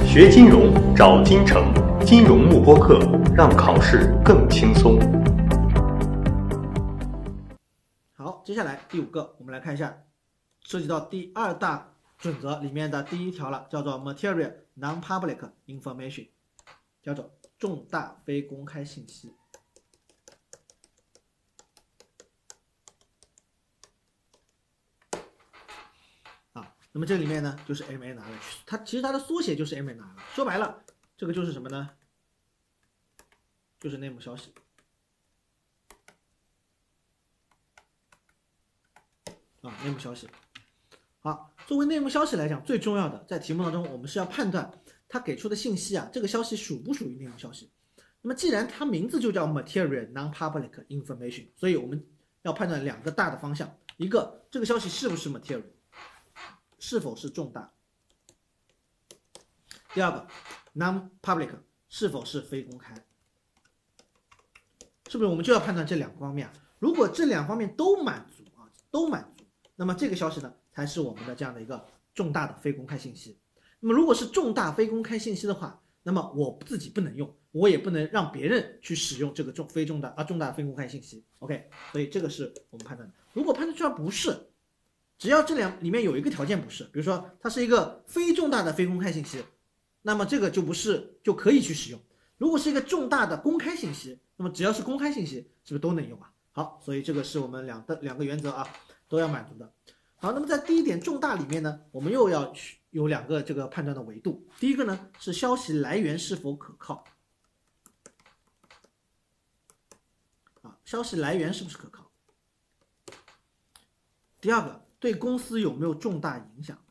学金融找金城，金融慕播课，让考试更轻松。 好，接下来第5个，我们来看一下，涉及到第2大准则里面的第1条了，叫做 Material Non-Public Information， 叫做重大非公开信息。那么这里面呢，就是 MA 拿了，其实它的缩写就是 MA 拿了。说白了，这个就是什么呢？就是内幕消息内幕消息。好，作为内幕消息来讲，最重要的在题目当中，我们是要判断它给出的信息这个消息属不属于内幕消息。那么既然它名字就叫 Material Non-Public Information， 所以我们要判断2个大的方向，一个这个消息是不是 Material，是否是重大？第2个 non-public 是否是非公开？是不是我们就要判断这2个方面如果这2方面都满足那么这个消息呢才是我们的这样的一个重大的非公开信息。那么如果是重大非公开信息的话，那么我自己不能用，我也不能让别人去使用这个重大非公开信息。OK， 所以这个是我们判断的。如果判断出来不是，只要这里面有一个条件不是，比如说它是一个非重大的非公开信息，那么这个就可以去使用。如果是一个重大的公开信息，那么只要是公开信息，是不是都能用好，所以这个是我们两个原则都要满足的。好，那么在第1点重大里面呢，我们又要有2个这个判断的维度。第一个呢是消息来源是否可靠消息来源是不是可靠。第2个，对公司有没有重大影响？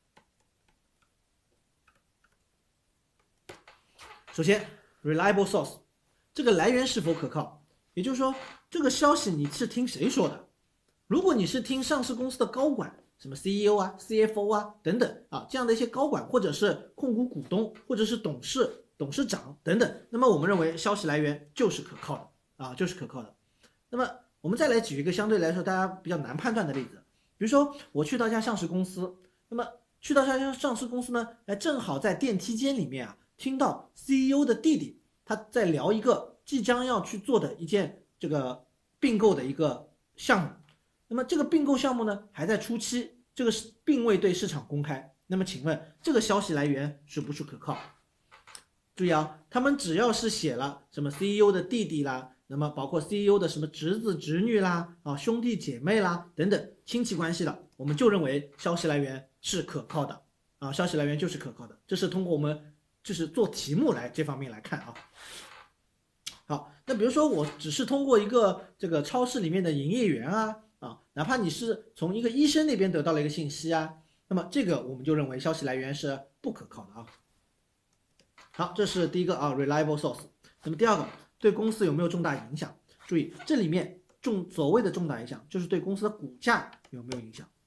首先 reliable source， 这个来源是否可靠，也就是说这个消息你是听谁说的。如果你是听上市公司的高管，什么 CEO CFO 等等这样的一些高管，或者是控股股东，或者是董事长等等，那么我们认为消息来源就是可靠的就是可靠的。那么我们再来举一个相对来说大家比较难判断的例子，比如说我去到一家上市公司，那么去到一家上市公司呢，正好在电梯间里面听到 CEO 的弟弟他在聊一个即将要去做的一件这个并购的一个项目。那么这个并购项目呢还在初期，这个并未对市场公开。那么请问这个消息来源是不是可靠？注意他们只要是写了什么 CEO 的弟弟啦，那么包括 CEO 的什么侄子侄女啦兄弟姐妹啦等等亲戚关系了，我们就认为消息来源是可靠的消息来源就是可靠的。这是通过我们就是做题目来这方面来看好，那比如说我只是通过一个这个超市里面的营业员哪怕你是从一个医生那边得到了一个信息那么这个我们就认为消息来源是不可靠的好，这是第一个reliable source。那么第2个，对公司有没有重大影响？注意这里面所谓的重大影响就是对公司的股价有没有影响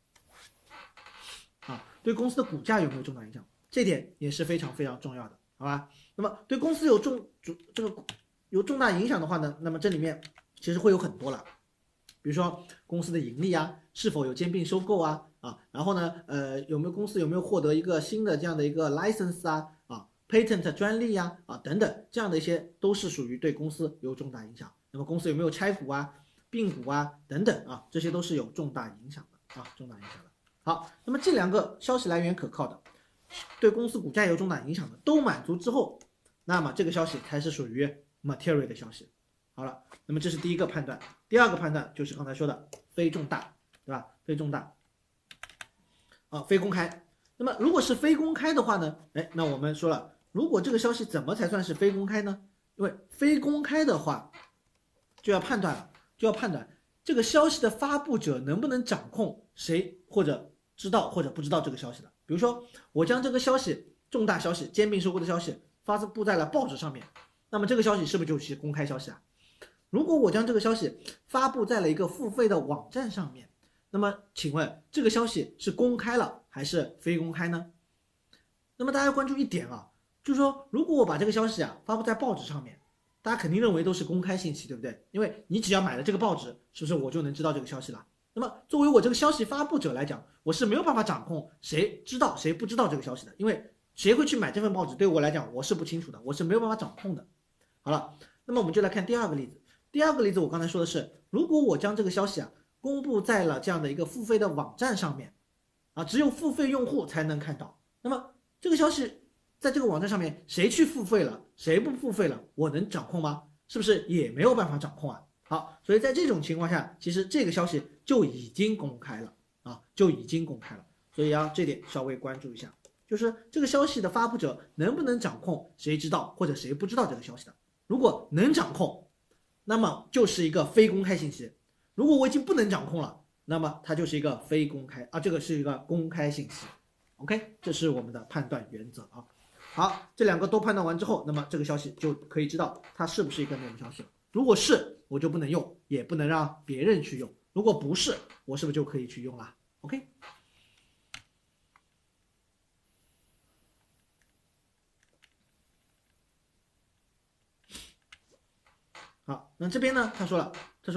对公司的股价有没有重大影响，这点也是非常非常重要的，好吧？那么对公司有重大影响的话呢，那么这里面其实会有很多了，比如说公司的盈利是否有兼并收购然后呢公司有没有获得一个新的这样的一个 license patent 专利等等，这样的一些都是属于对公司有重大影响。那么公司有没有拆股并股等等这些都是有重大影响的重大影响的。好，那么这2个消息来源可靠的，对公司股价有重大影响的都满足之后，那么这个消息才是属于 material 的消息。好了，那么这是第1个判断。第2个判断就是刚才说的非重大，对吧？非重大非公开。那么如果是非公开的话呢，那我们说了，如果这个消息怎么才算是非公开呢？因为非公开的话就要判断这个消息的发布者能不能掌控谁或者知道或者不知道这个消息的。比如说我将这个消息重大消息兼并收购的消息发布在了报纸上面，那么这个消息是不是就是公开消息如果我将这个消息发布在了一个付费的网站上面，那么请问这个消息是公开了还是非公开呢？那么大家要关注一点就是说如果我把这个消息发布在报纸上面，大家肯定认为都是公开信息，对不对？因为你只要买了这个报纸，是不是我就能知道这个消息了？那么作为我这个消息发布者来讲，我是没有办法掌控谁知道谁不知道这个消息的，因为谁会去买这份报纸，对我来讲我是不清楚的，我是没有办法掌控的。好了，那么我们就来看第二个例子。第二个例子我刚才说的是，如果我将这个消息公布在了这样的一个付费的网站上面只有付费用户才能看到，那么这个消息在这个网站上面谁去付费了，谁不付费了，我能掌控吗？是不是也没有办法掌控啊？好，所以在这种情况下，其实这个消息就已经公开了就已经公开了。所以这点稍微关注一下，就是这个消息的发布者能不能掌控谁知道或者谁不知道这个消息的。如果能掌控，那么就是一个非公开信息；如果我已经不能掌控了，那么它就是一个非公开这个是一个公开信息。OK， 这是我们的判断原则好，这两个都判断完之后，那么这个消息就可以知道它是不是一个内幕消息了。如果是，我就不能用，也不能让别人去用；如果不是，我是不是就可以去用了 ？OK。好，那这边呢，他说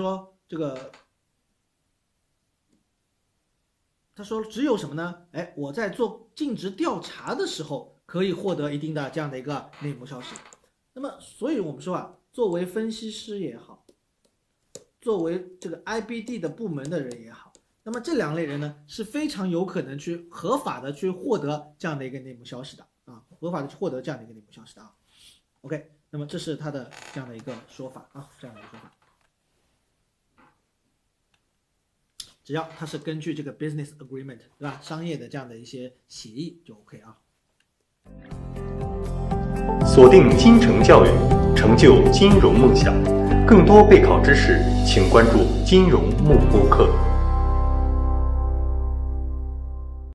只有什么呢？我在做尽职调查的时候可以获得一定的这样的一个内幕消息。那么，所以我们说作为分析师也好，作为这个 IBD 的部门的人也好，那么这两类人呢是非常有可能去合法的去获得这样的一个内幕消息的合法的去获得这样的一个内幕消息的OK， 那么这是他的这样的一个说法这样的一个说法。只要它是根据这个 business agreement 对吧，商业的这样的一些协议就 OK 锁定金城教育，成就金融梦想。更多备考知识，请关注金融幕播课。